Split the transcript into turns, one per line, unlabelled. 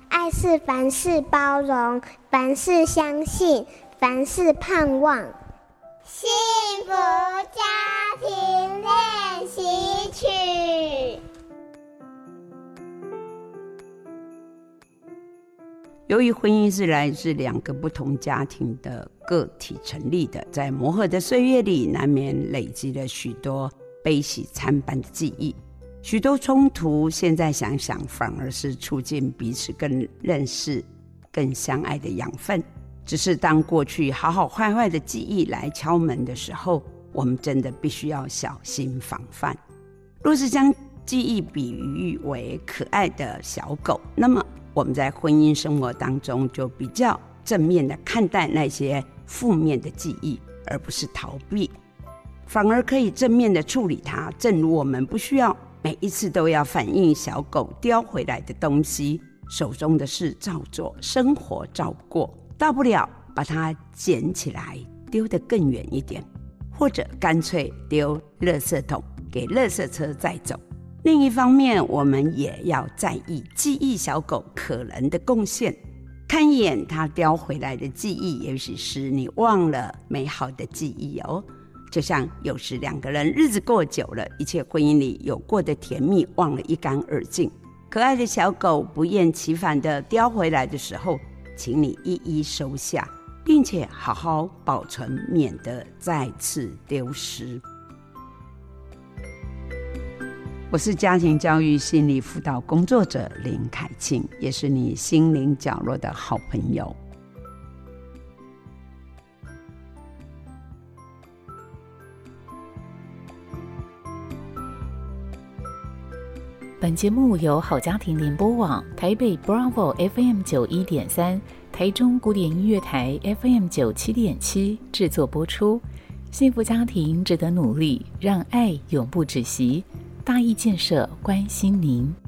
爱是凡事包容，凡事相信，凡事盼望。幸福家庭练习曲。
由于婚姻是来自2个不同家庭的个体成立的，在磨合的岁月里，难免累积了许多悲喜参半的记忆，许多冲突，现在想想反而是促进彼此更认识、更相爱的养分。只是当过去好好坏坏的记忆来敲门的时候，我们真的必须要小心防范。若是将记忆比喻为可爱的小狗，那么我们在婚姻生活当中就比较正面的看待那些负面的记忆，而不是逃避，反而可以正面的处理它。正如我们不需要每一次都要反映小狗叼回来的东西，手中的事照做，生活照过，大不了把它捡起来丢得更远一点，或者干脆丢垃圾桶给垃圾车载走。另一方面，我们也要在意记忆小狗可能的贡献，看一眼它叼回来的记忆，也许是你忘了美好的记忆哦。就像有时2个人日子过久了，一切婚姻里有过的甜蜜忘了一干二净，可爱的小狗不厌其烦地叼回来的时候，请你一一收下，并且好好保存，免得再次丢失。我是家庭教育心理辅导工作者林凯庆，也是你心灵角落的好朋友。
本节目由好家庭联播网、台北 Bravo FM 91.3、台中古典音乐台 FM 97.7制作播出。幸福家庭值得努力，让爱永不止息。大义建设关心您。